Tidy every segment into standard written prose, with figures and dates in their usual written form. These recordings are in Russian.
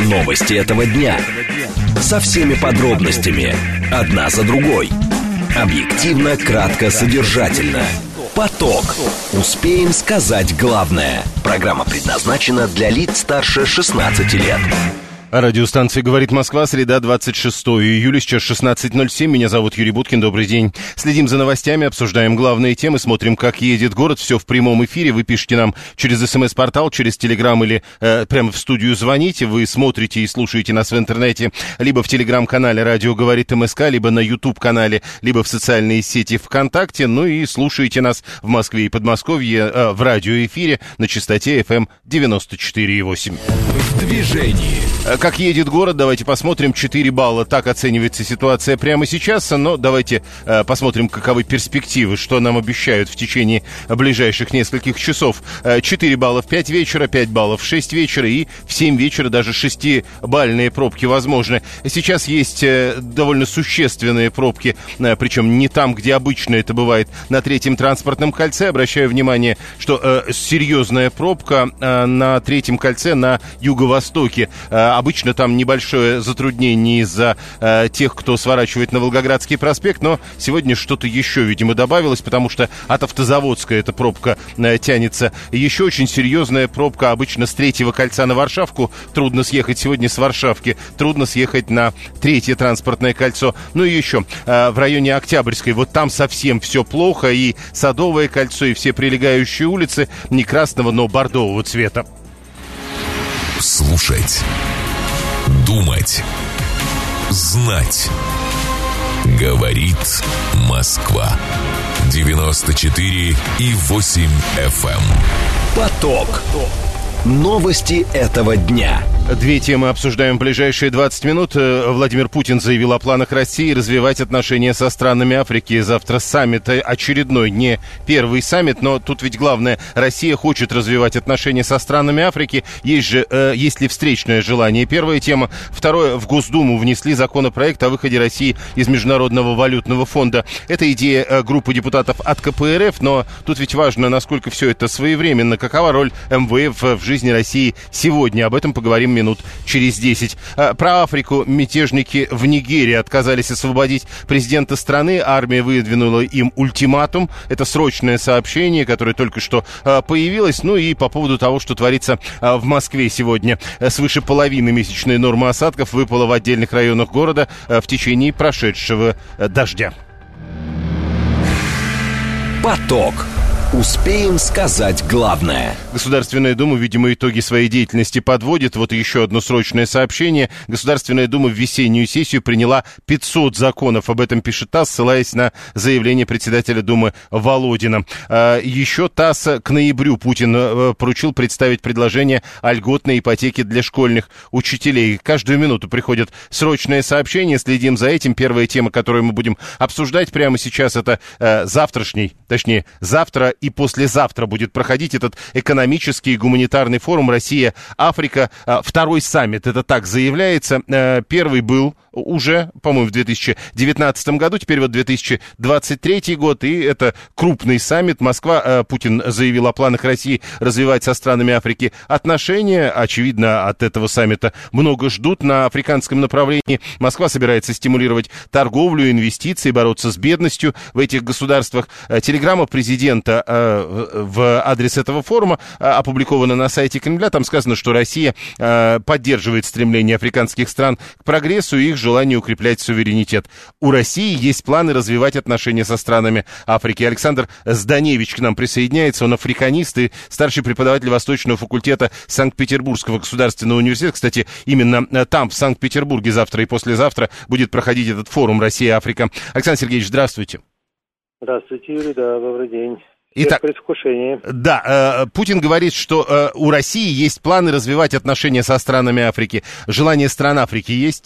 Новости этого дня. Со всеми подробностями. Одна за другой. Объективно, кратко, содержательно. Поток. Успеем сказать главное. Программа предназначена для лиц старше 16 лет. Радиостанция «Говорит Москва», среда, 26 июля, сейчас 16:07. Меня зовут Юрий Буткин, добрый день. Следим за новостями, обсуждаем главные темы, смотрим, как едет город. Все в прямом эфире. Вы пишите нам через СМС-портал, через Телеграм или прямо в студию звоните. Вы смотрите и слушаете нас в интернете либо в Телеграм-канале «Радио говорит МСК», либо на YouTube-канале, либо в социальные сети ВКонтакте. Ну и слушаете нас в Москве и Подмосковье в радиоэфире на частоте FM 94,8. В движении. Как едет город, давайте посмотрим. 4 балла, так оценивается ситуация прямо сейчас. Но давайте посмотрим, каковы перспективы, что нам обещают в течение ближайших нескольких часов. 4 балла в 5 вечера, 5 баллов в 6 вечера и в 7 вечера даже 6-бальные пробки возможны. Сейчас есть довольно существенные пробки, причем не там, где обычно это бывает, на Третьем транспортном кольце. Обращаю внимание, что серьезная пробка на Третьем кольце на юго-востоке. Обычно там небольшое затруднение из-за тех, кто сворачивает на Волгоградский проспект, но сегодня что-то еще, видимо, добавилось, потому что от Автозаводской эта пробка тянется. Еще очень серьезная пробка обычно с Третьего кольца на Варшавку. Трудно съехать сегодня с Варшавки, трудно съехать на Третье транспортное кольцо. Ну и еще в районе Октябрьской, вот там совсем все плохо, и Садовое кольцо, и все прилегающие улицы не красного, но бордового цвета. Слушать. Думать. Знать. Говорит Москва. 94,8 FM. Поток. Новости этого дня. Две темы обсуждаем в ближайшие 20 минут. Владимир Путин заявил о планах России развивать отношения со странами Африки. Завтра саммит очередной, не первый саммит, но тут ведь главное, Россия хочет развивать отношения со странами Африки. Есть ли встречное желание? Первая тема. Второе. В Госдуму внесли законопроект о выходе России из Международного валютного фонда. Это идея группы депутатов от КПРФ, но тут ведь важно, насколько все это своевременно. Какова роль МВФ в жизни России сегодня? Об этом поговорим минут через 10. Про Африку. Мятежники в Нигерии отказались освободить президента страны. Армия выдвинула им ультиматум. Это срочное сообщение, которое только что появилось. Ну и по поводу того, что творится в Москве сегодня. Свыше половины месячной нормы осадков выпало в отдельных районах города в течение прошедшего дождя. Поток. Успеем сказать главное. Государственная Дума, видимо, итоги своей деятельности подводит. Вот еще одно срочное сообщение. Государственная Дума в весеннюю сессию приняла 500 законов. Об этом пишет ТАСС, ссылаясь на заявление председателя Думы Володина. Еще ТАСС к ноябрю Путин поручил представить предложение о льготной ипотеке для школьных учителей. Каждую минуту приходят срочные сообщения. Следим за этим. Первая тема, которую мы будем обсуждать прямо сейчас, это завтра и послезавтра будет проходить этот экономический и гуманитарный форум «Россия-Африка». Второй саммит, это так заявляется. Первый был уже, по-моему, в 2019 году, теперь вот 2023 год, и это крупный саммит. Москва, Путин заявил о планах России развивать со странами Африки отношения. Очевидно, от этого саммита много ждут на африканском направлении. Москва собирается стимулировать торговлю, инвестиции, бороться с бедностью в этих государствах. Телеграмма президента в адрес этого форума опубликована на сайте Кремля. Там сказано, что Россия поддерживает стремление африканских стран к прогрессу и их желание укреплять суверенитет. У России есть планы развивать отношения со странами Африки. Александр Зданевич к нам присоединяется. Он африканист и старший преподаватель Восточного факультета Санкт-Петербургского государственного университета. Кстати, именно там, в Санкт-Петербурге, завтра и послезавтра будет проходить этот форум «Россия-Африка». Александр Сергеевич, здравствуйте. Здравствуйте, Юрий, да, добрый день. Итак, предвкушение. Да, Путин говорит, что у России есть планы развивать отношения со странами Африки. Желание стран Африки есть?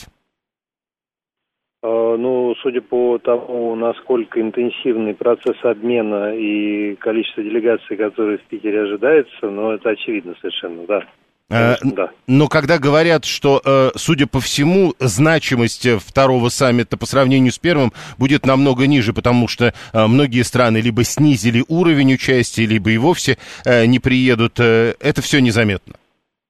Ну, судя по тому, насколько интенсивный процесс обмена и количество делегаций, которые в Питере ожидается, ну, это очевидно совершенно, да. Конечно, да. Но когда говорят, что, судя по всему, значимость второго саммита по сравнению с первым будет намного ниже, потому что многие страны либо снизили уровень участия, либо и вовсе не приедут, это все незаметно.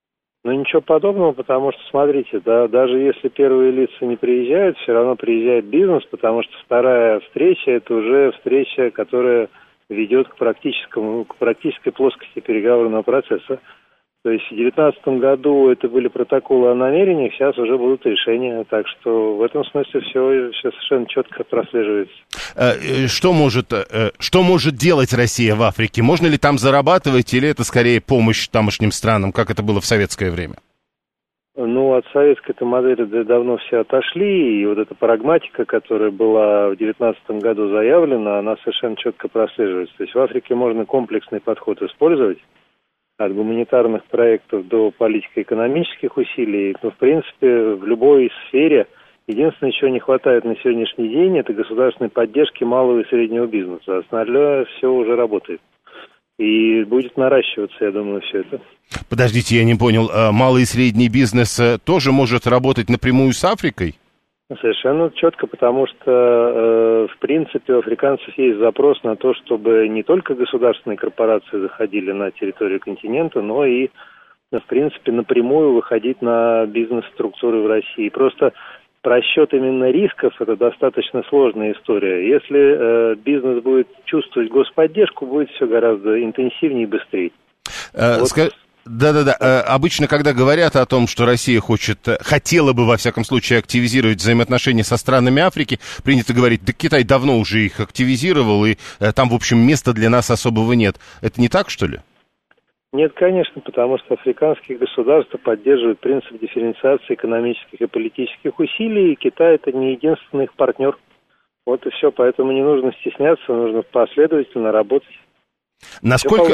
Ну, ничего подобного, потому что, смотрите, да, даже если первые лица не приезжают, все равно приезжает бизнес, потому что вторая встреча – это уже встреча, которая ведет к практической плоскости переговорного процесса. То есть в 2019 году это были протоколы о намерениях, сейчас уже будут решения. Так что в этом смысле все совершенно четко прослеживается. Что может делать Россия в Африке? Можно ли там зарабатывать, или это скорее помощь тамошним странам, как это было в советское время? Ну, от советской-то модели давно все отошли, и вот эта прагматика, которая была в 2019 году заявлена, она совершенно четко прослеживается. То есть в Африке можно комплексный подход использовать, от гуманитарных проектов до политико-экономических усилий. Но, в принципе, в любой сфере единственное, чего не хватает на сегодняшний день, это государственной поддержки малого и среднего бизнеса. Остальное все уже работает. И будет наращиваться, я думаю, все это. Подождите, я не понял. Малый и средний бизнес тоже может работать напрямую с Африкой? Совершенно четко, потому что, в принципе, у африканцев есть запрос на то, чтобы не только государственные корпорации заходили на территорию континента, но и, в принципе, напрямую выходить на бизнес-структуры в России. Просто просчет именно рисков – это достаточно сложная история. Если бизнес будет чувствовать господдержку, будет все гораздо интенсивнее и быстрее. Да-да-да. Обычно, когда говорят о том, что Россия хотела бы, во всяком случае, активизировать взаимоотношения со странами Африки, принято говорить, да Китай давно уже их активизировал, и там, в общем, места для нас особого нет. Это не так, что ли? Нет, конечно, потому что африканские государства поддерживают принцип дифференциации экономических и политических усилий, и Китай – это не единственный их партнер. Вот и все, поэтому не нужно стесняться, нужно последовательно работать. Насколько,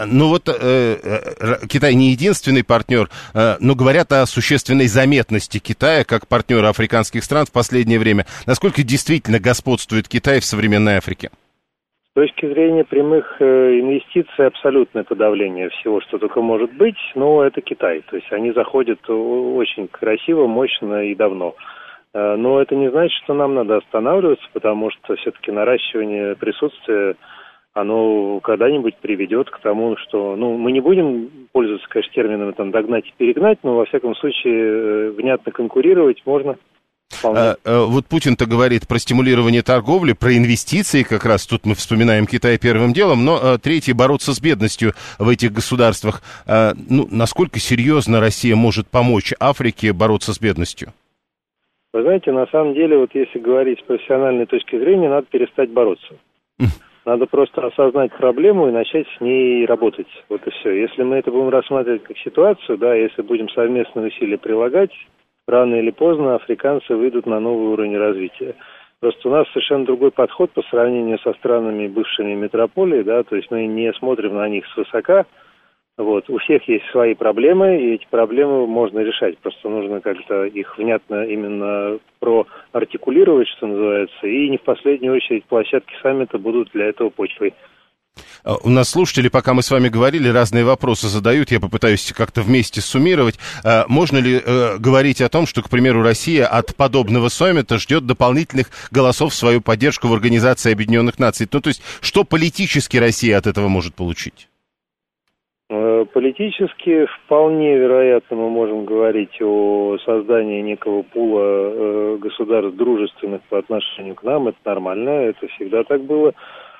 Китай не единственный партнер, но говорят о существенной заметности Китая как партнера африканских стран в последнее время. Насколько действительно господствует Китай в современной Африке? С точки зрения прямых инвестиций абсолютное подавление всего, что только может быть, но это Китай. То есть они заходят очень красиво, мощно и давно. Но это не значит, что нам надо останавливаться, потому что все-таки наращивание присутствия оно когда-нибудь приведет к тому, что, мы не будем пользоваться, конечно, терминами догнать и перегнать, но, во всяком случае, внятно конкурировать можно. Вот Путин-то говорит про стимулирование торговли, про инвестиции как раз, тут мы вспоминаем Китай первым делом, но третье, бороться с бедностью в этих государствах. Насколько серьезно Россия может помочь Африке бороться с бедностью? Вы знаете, на самом деле, вот если говорить с профессиональной точки зрения, надо перестать бороться. Надо просто осознать проблему и начать с ней работать. Вот и все. Если мы это будем рассматривать как ситуацию, если будем совместные усилия прилагать, рано или поздно африканцы выйдут на новый уровень развития. Просто у нас совершенно другой подход по сравнению со странами бывшими метрополии, то есть мы не смотрим на них свысока. У всех есть свои проблемы, и эти проблемы можно решать. Просто нужно как-то их внятно именно проартикулировать, что называется, и не в последнюю очередь площадки саммита будут для этого почвой. У нас слушатели, пока мы с вами говорили, разные вопросы задают, я попытаюсь как-то вместе суммировать. Можно ли говорить о том, что, к примеру, Россия от подобного саммита ждет дополнительных голосов в свою поддержку в Организации Объединенных Наций? То есть, что политически Россия от этого может получить? Политически вполне вероятно мы можем говорить о создании некого пула государств дружественных по отношению к нам. Это нормально, это всегда так было.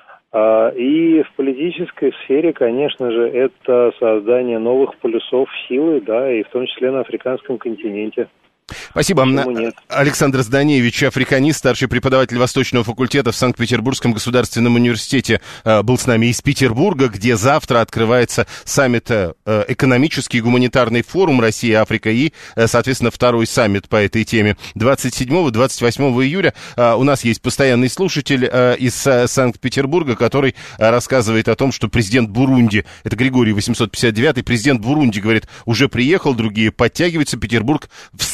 И в политической сфере, конечно же, это создание новых полюсов силы, и в том числе на африканском континенте. Спасибо. Александр Зданевич, африканист, старший преподаватель Восточного факультета в Санкт-Петербургском государственном университете, был с нами из Петербурга, где завтра открывается саммит, экономический и гуманитарный форум Россия-Африка и, соответственно, второй саммит по этой теме. 27-28 июля у нас есть постоянный слушатель из Санкт-Петербурга, который рассказывает о том, что президент Бурунди, это Григорий 859, президент Бурунди, говорит, уже приехал, другие подтягиваются, Петербург встал.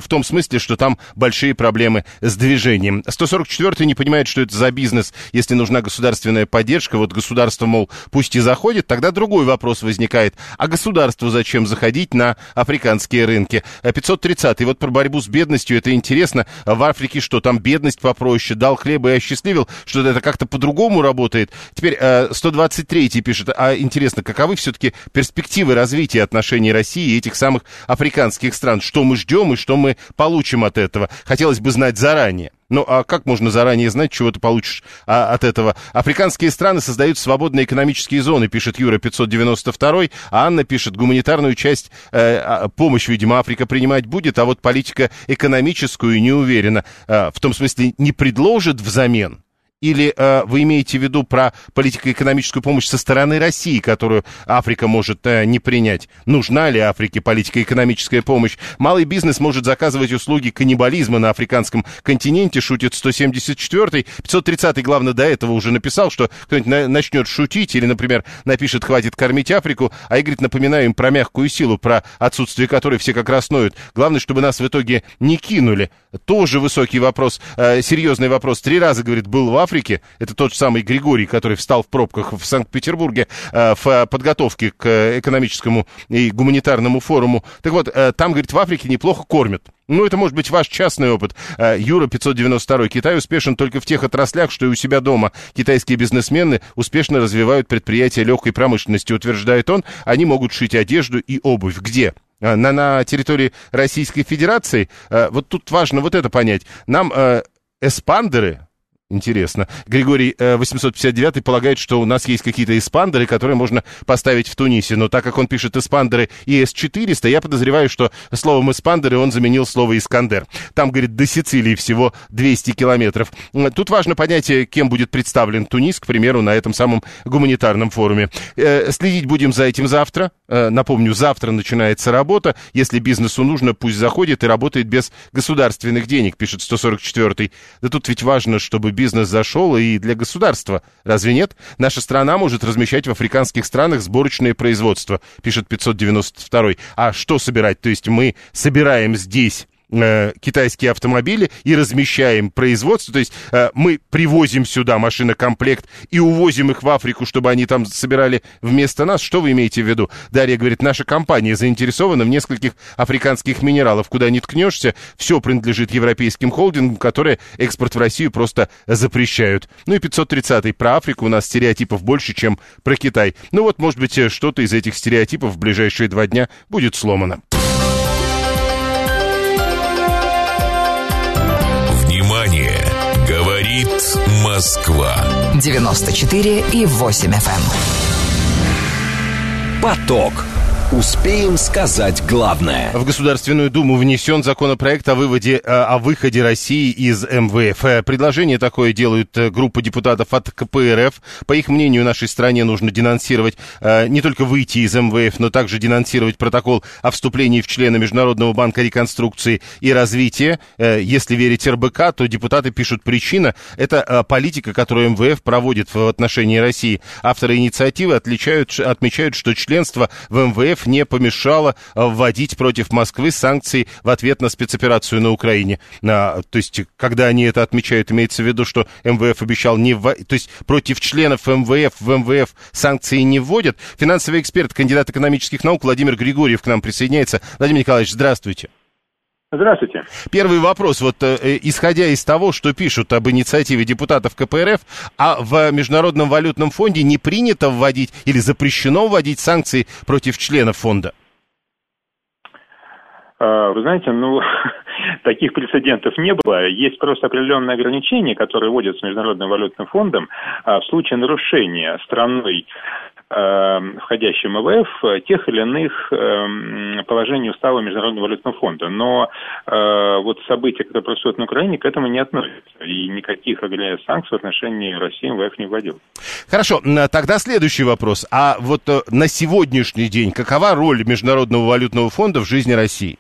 в том смысле, что там большие проблемы с движением. 144-й не понимает, что это за бизнес, если нужна государственная поддержка. Вот государство, мол, пусть и заходит. Тогда другой вопрос возникает. А государству зачем заходить на африканские рынки? 530-й, вот про борьбу с бедностью, это интересно. В Африке что, там бедность попроще? Дал хлеба и осчастливил? Что это как-то по-другому работает? Теперь 123-й пишет, а интересно, каковы все-таки перспективы развития отношений России и этих самых африканских стран? Что мы ждем и что мы получим от этого? Хотелось бы знать заранее. Ну, а как можно заранее знать, чего ты получишь от этого? Африканские страны создают свободные экономические зоны, пишет Юра 592, а Анна пишет, гуманитарную часть, помощь, видимо, Африка принимать будет, а вот политика экономическую не уверена. В том смысле, не предложит взамен? Или вы имеете в виду про политико-экономическую помощь со стороны России, которую Африка может не принять? Нужна ли Африке политико-экономическая помощь? Малый бизнес может заказывать услуги каннибализма на африканском континенте, шутит 174-й. 530-й, главное, до этого уже написал, что кто-нибудь начнет шутить или, например, напишет «хватит кормить Африку», а я, говорит, напоминаю им про мягкую силу, про отсутствие которой все как раз ноют. Главное, чтобы нас в итоге не кинули. Тоже высокий вопрос, серьезный вопрос. 3 раза, говорит, был в Африке. Это тот же самый Григорий, который встал в пробках в Санкт-Петербурге в подготовке к экономическому и гуманитарному форуму. Так вот, там, говорит, в Африке неплохо кормят. Ну, это может быть ваш частный опыт. Юра 592. Китай успешен только в тех отраслях, что и у себя дома. Китайские бизнесмены успешно развивают предприятия легкой промышленности, утверждает он. Они могут шить одежду и обувь. Где? На территории Российской Федерации? Вот тут важно вот это понять. Нам эспандеры... Интересно. Григорий 859 полагает, что у нас есть какие-то эспандеры, которые можно поставить в Тунисе. Но так как он пишет эспандеры и С-400, я подозреваю, что словом эспандеры он заменил слово Искандер. Там, говорит, до Сицилии всего 200 километров. Тут важно понять, кем будет представлен Тунис, к примеру, на этом самом гуманитарном форуме. Следить будем за этим завтра. Напомню, завтра начинается работа. Если бизнесу нужно, пусть заходит и работает без государственных денег, пишет 144-й. Да тут ведь важно, чтобы бизнес зашел и для государства. Разве нет? Наша страна может размещать в африканских странах сборочные производства, пишет 592-й. А что собирать? То есть мы собираем здесь китайские автомобили и размещаем производство, то есть мы привозим сюда машинокомплект и увозим их в Африку, чтобы они там собирали вместо нас. Что вы имеете в виду? Дарья говорит, наша компания заинтересована в нескольких африканских минералах. Куда ни ткнешься, все принадлежит европейским холдингам, которые экспорт в Россию просто запрещают. Ну и 530-й. Про Африку у нас стереотипов больше, чем про Китай. Ну вот, может быть, что-то из этих стереотипов в ближайшие 2 дня будет сломано. Говорит Москва. 94,8 FM. Поток. Успеем сказать главное. В Государственную Думу внесен законопроект о выходе России из МВФ. Предложение такое делают группа депутатов от КПРФ. По их мнению, нашей стране нужно денонсировать, не только выйти из МВФ, но также денонсировать протокол о вступлении в члены Международного банка реконструкции и развития. Если верить РБК, то депутаты пишут, причина – это политика, которую МВФ проводит в отношении России. Авторы инициативы отмечают, что членство в МВФ не помешало вводить против Москвы санкции в ответ на спецоперацию на Украине. То есть, когда они это отмечают, имеется в виду, что МВФ обещал не вводить, то есть против членов МВФ в МВФ санкции не вводят. Финансовый эксперт, кандидат экономических наук Владимир Григорьев к нам присоединяется. Владимир Николаевич, здравствуйте. Здравствуйте. Первый вопрос. Вот исходя из того, что пишут об инициативе депутатов КПРФ, а в Международном валютном фонде не принято вводить или запрещено вводить санкции против членов фонда? Вы знаете, таких прецедентов не было. Есть просто определенные ограничения, которые вводятся Международным валютным фондом в случае нарушения страной, входящей в МВФ, тех или иных положений устава Международного валютного фонда. Но вот события, которые происходят на Украине, к этому не относятся. И никаких санкций в отношении России МВФ не вводил. Хорошо, тогда следующий вопрос. А вот на сегодняшний день какова роль Международного валютного фонда в жизни России?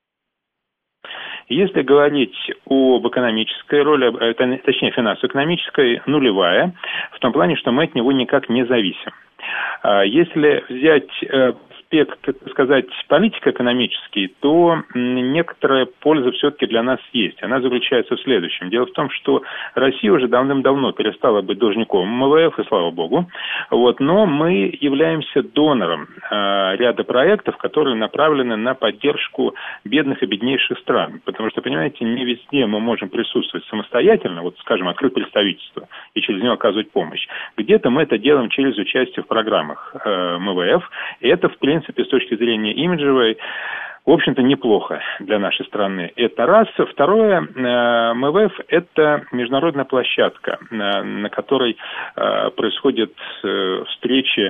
Если говорить об экономической роли, точнее финансово-экономической, нулевая, в том плане, что мы от него никак не зависим. Если взять аспект, так сказать, политико-экономический, то некоторая польза все-таки для нас есть. Она заключается в следующем. Дело в том, что Россия уже давным-давно перестала быть должником МВФ, и слава богу, но мы являемся донором ряда проектов, которые направлены на поддержку бедных и беднейших стран. Потому что, понимаете, не везде мы можем присутствовать самостоятельно, скажем, открыть представительство и через него оказывать помощь. Где-то мы это делаем через участие в программах МВФ, и это, в принципе, с точки зрения имиджевой, в общем-то, неплохо для нашей страны. Это раз. Второе, МВФ – это международная площадка, на которой происходят встречи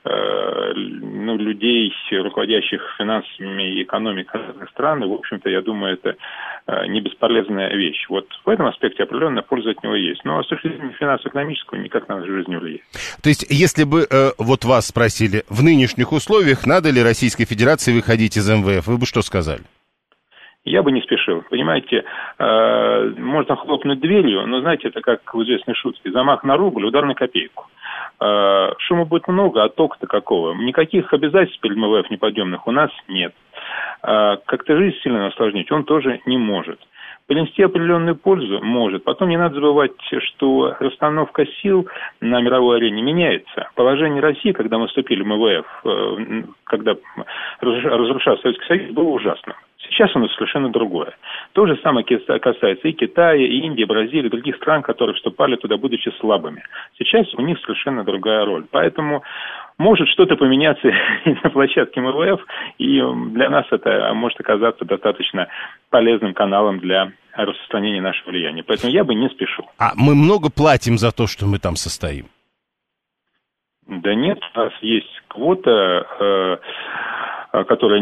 людей, руководящих финансами и экономикой разных стран. И, в общем-то, я думаю, это не бесполезная вещь. В этом аспекте определенная польза от него есть. Но с точки зрения финансово-экономического никак на жизнь не влияет. То есть, если бы вас спросили, в нынешних условиях надо ли Российской Федерации выходить из МВФ, вы бы что сказали? Я бы не спешил. Понимаете, можно хлопнуть дверью, но, знаете, это как в известной шутке. Замах на рубль, удар на копейку. Шума будет много, а толку-то какого? Никаких обязательств перед МВФ неподъемных у нас нет. Как-то жизнь сильно осложнить он тоже не может. Принести определенную пользу может. Потом не надо забывать, что расстановка сил на мировой арене меняется. Положение России, когда мы вступили в МВФ, когда разрушался Советский Союз, было ужасным. Сейчас оно совершенно другое. То же самое касается и Китая, и Индии, Бразилии, и других стран, которые вступали туда, будучи слабыми. Сейчас у них совершенно другая роль. Поэтому может что-то поменяться и на площадке МВФ, и для нас это может оказаться достаточно полезным каналом для распространения нашего влияния. Поэтому я бы не спешил. А мы много платим за то, что мы там состоим? Да нет, у нас есть квота, которая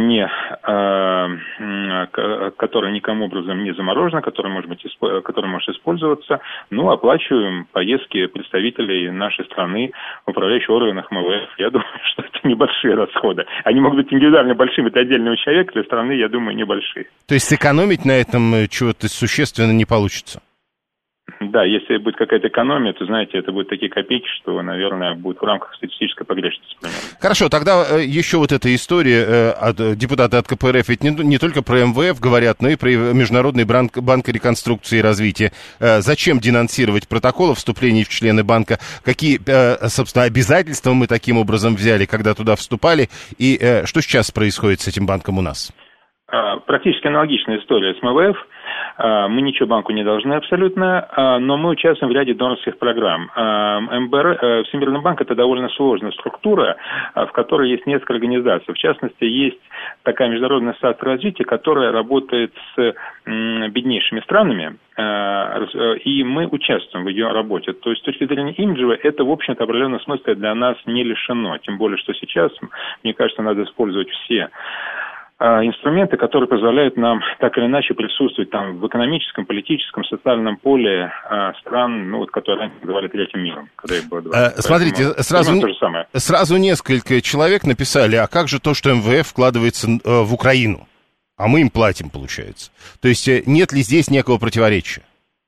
никаким образом не заморожена, которая может использоваться. Оплачиваем поездки представителей нашей страны в управляющих органах МВФ. Я думаю, что это небольшие расходы. Они могут быть индивидуально большими для отдельного человека, для страны, я думаю, небольшие. То есть сэкономить на этом чего-то существенно не получится? Да, если будет какая-то экономия, то, знаете, это будут такие копейки, что, наверное, будет в рамках статистической погрешности. Хорошо, тогда еще эта история, депутаты от КПРФ ведь не только про МВФ говорят, но и про Международный банк реконструкции и развития. Зачем денонсировать протокол о вступлении в члены банка? Какие, собственно, обязательства мы таким образом взяли, когда туда вступали? И что сейчас происходит с этим банком у нас? Практически аналогичная история с МВФ. Мы ничего банку не должны абсолютно, но мы участвуем в ряде донорских программ. Всемирный банк – это довольно сложная структура, в которой есть несколько организаций. В частности, есть такая международная ассоциация развития, которая работает с беднейшими странами, и мы участвуем в ее работе. То есть, с точки зрения имиджевой, это, в общем-то, в определенном смысле для нас не лишено. Тем более, что сейчас, мне кажется, надо использовать все инструменты, которые позволяют нам так или иначе присутствовать там в экономическом, политическом, социальном поле стран, которые раньше называли третьим миром, когда их было 20. Смотрите, сразу несколько человек написали, а как же то, что МВФ вкладывается в Украину, а мы им платим, получается? То есть нет ли здесь некого противоречия?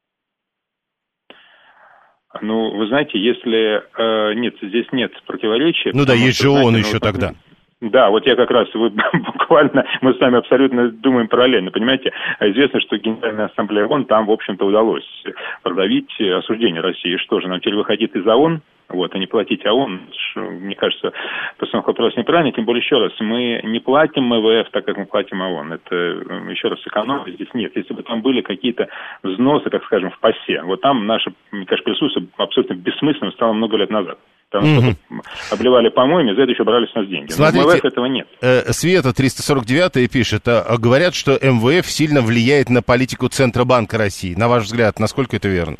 Вы знаете, если нет, здесь нет противоречия. Есть же ООН еще тогда. Да, я как раз, мы с вами абсолютно думаем параллельно, понимаете, известно, что Генеральная Ассамблея ООН, там, в общем-то, удалось продавить осуждение России. Что же, нам теперь выходить из ООН, а не платить ООН? Мне кажется, просто вопрос неправильный, тем более, еще раз, мы не платим МВФ так, как мы платим ООН. Это, еще раз, экономии здесь нет. Если бы там были какие-то взносы, так скажем, в ПАСЕ, там наше, мне кажется, присутствие абсолютно бессмысленным стало много лет назад. Там обливали помоями, за это еще брали с нас деньги. Смотрите, но МВФ этого нет. Света 349 пишет, говорят, что МВФ сильно влияет на политику Центробанка России. На ваш взгляд, насколько это верно?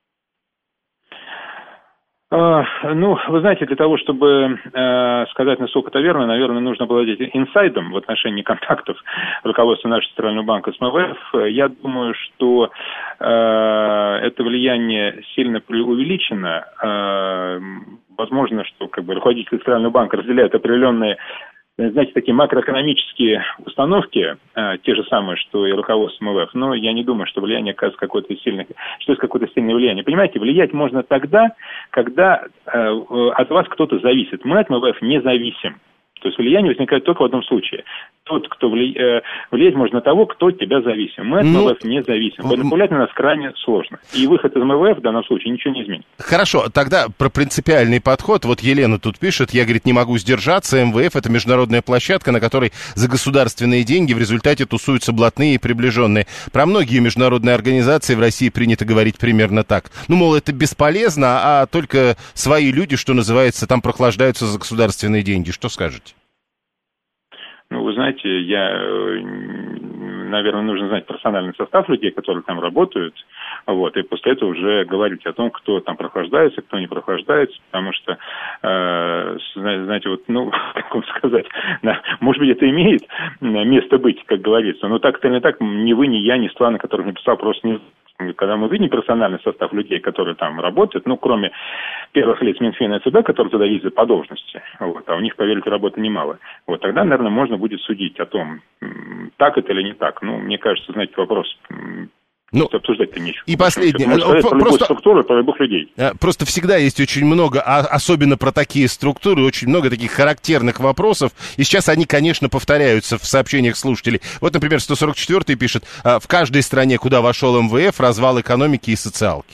Вы знаете, для того, чтобы сказать, насколько это верно, наверное, нужно обладать инсайдом в отношении контактов руководства нашего Центрального банка с МВФ. Я думаю, что это влияние сильно преувеличено. Возможно, что руководители Центрального банка разделяют определенные, знаете, такие макроэкономические установки, те же самые, что и руководство МВФ, но я не думаю, что влияние оказывает какое-то сильное влияние. Понимаете, влиять можно тогда, когда от вас кто-то зависит. Мы от МВФ не зависим. То есть влияние возникает только в одном случае. Тот, кто влиять можно на того, кто от тебя зависим. Мы от МВФ не зависим. Манипулять на нас крайне сложно. И выход из МВФ в данном случае ничего не изменит. Хорошо, тогда про принципиальный подход. Вот Елена тут пишет, я, говорит, не могу сдержаться. МВФ — это международная площадка, на которой за государственные деньги в результате тусуются блатные и приближенные. Про многие международные организации в России принято говорить примерно так. Ну, мол, это бесполезно, а только свои люди, что называется, там прохлаждаются за государственные деньги. Что скажете? Ну, вы знаете, наверное, нужно знать персональный состав людей, которые там работают, вот, и после этого уже говорить о том, кто там прохлаждается, кто не прохлаждается, потому что, знаете, вот, ну, как вам сказать, может быть, это имеет место быть, как говорится, но так-то не так, ни вы, ни я, ни страны, которых написал, просто не... Когда мы видим персональный состав людей, которые там работают, ну, кроме первых лиц Минфина и ЦБ, которые туда ездят по должности, вот, а у них, поверьте, работы немало, вот, тогда, наверное, можно будет судить о том, так это или не так. Ну, мне кажется, знаете, вопрос... Ну, обсуждать-то нечего. И последнее. Просто структуры, про любых людей. Просто всегда есть очень много, особенно про такие структуры, очень много таких характерных вопросов. И сейчас они, конечно, повторяются в сообщениях слушателей. Вот, например, 144-й пишет, в каждой стране, куда вошел МВФ, развал экономики и социалки.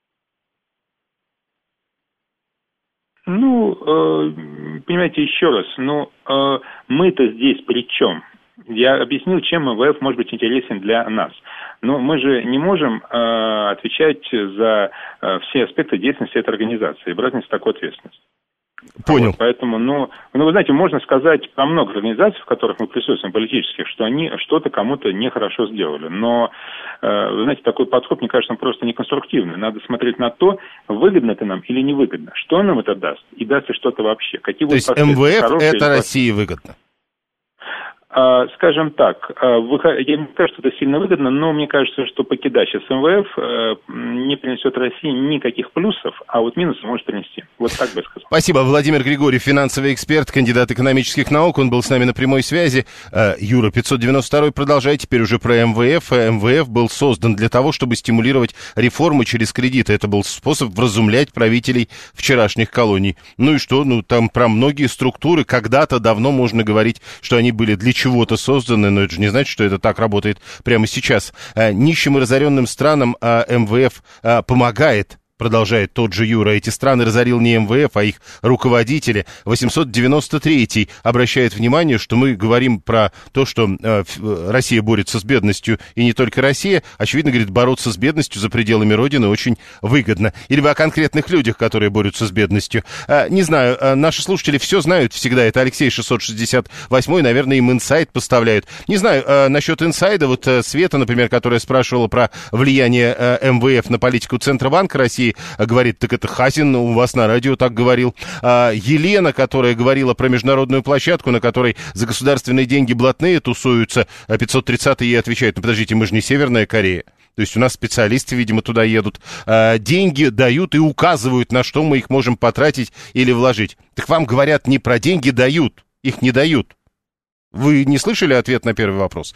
Ну, понимаете, еще раз, мы-то здесь при чем? Я объяснил, чем МВФ может быть интересен для нас. Но мы же не можем отвечать за все аспекты деятельности этой организации и брать на себя такую ответственность. Понял. Вот, поэтому, вы знаете, можно сказать про много организаций, в которых мы присутствуем, политических, что они что-то кому-то нехорошо сделали. Но, вы знаете, такой подход, мне кажется, он просто неконструктивный. Надо смотреть на то, выгодно это нам или невыгодно. Что нам это даст? И даст ли что-то вообще? Какие то есть МВФ это России выгодно? Скажем так, я не скажу, что это сильно выгодно, но мне кажется, что покидать сейчас МВФ не принесет России никаких плюсов, а вот минусов может принести. Вот так бы я сказал. Спасибо. Владимир Григорьев, финансовый эксперт, кандидат экономических наук. Он был с нами на прямой связи. Юра, 592 продолжай теперь уже про МВФ. МВФ был создан для того, чтобы стимулировать реформы через кредиты. Это был способ вразумлять правителей вчерашних колоний. Ну и что? Ну, там про многие структуры когда-то давно можно говорить, что они были для чего-то созданы, но это же не значит, что это так работает прямо сейчас. Нищим и разоренным странам МВФ помогает. Продолжает тот же Юра. Эти страны разорил не МВФ, а их руководители. 893-й обращает внимание, что мы говорим про то, что Россия борется с бедностью, и не только Россия. Очевидно, говорит, бороться с бедностью за пределами Родины очень выгодно. Или вы о конкретных людях, которые борются с бедностью. Не знаю, наши слушатели все знают всегда. Это Алексей 668-й, наверное, им инсайд поставляют. Не знаю, насчет инсайда. Вот Света, например, которая спрашивала про влияние МВФ на политику Центробанка России, говорит, так это Хазин у вас на радио так говорил. Елена, которая говорила про международную площадку, на которой за государственные деньги блатные тусуются, 530-й ей отвечает, ну подождите, мы же не Северная Корея. То есть у нас специалисты, видимо, туда едут. Деньги дают и указывают, на что мы их можем потратить или вложить. Так вам говорят, не про деньги дают, их не дают. Вы не слышали ответ на первый вопрос?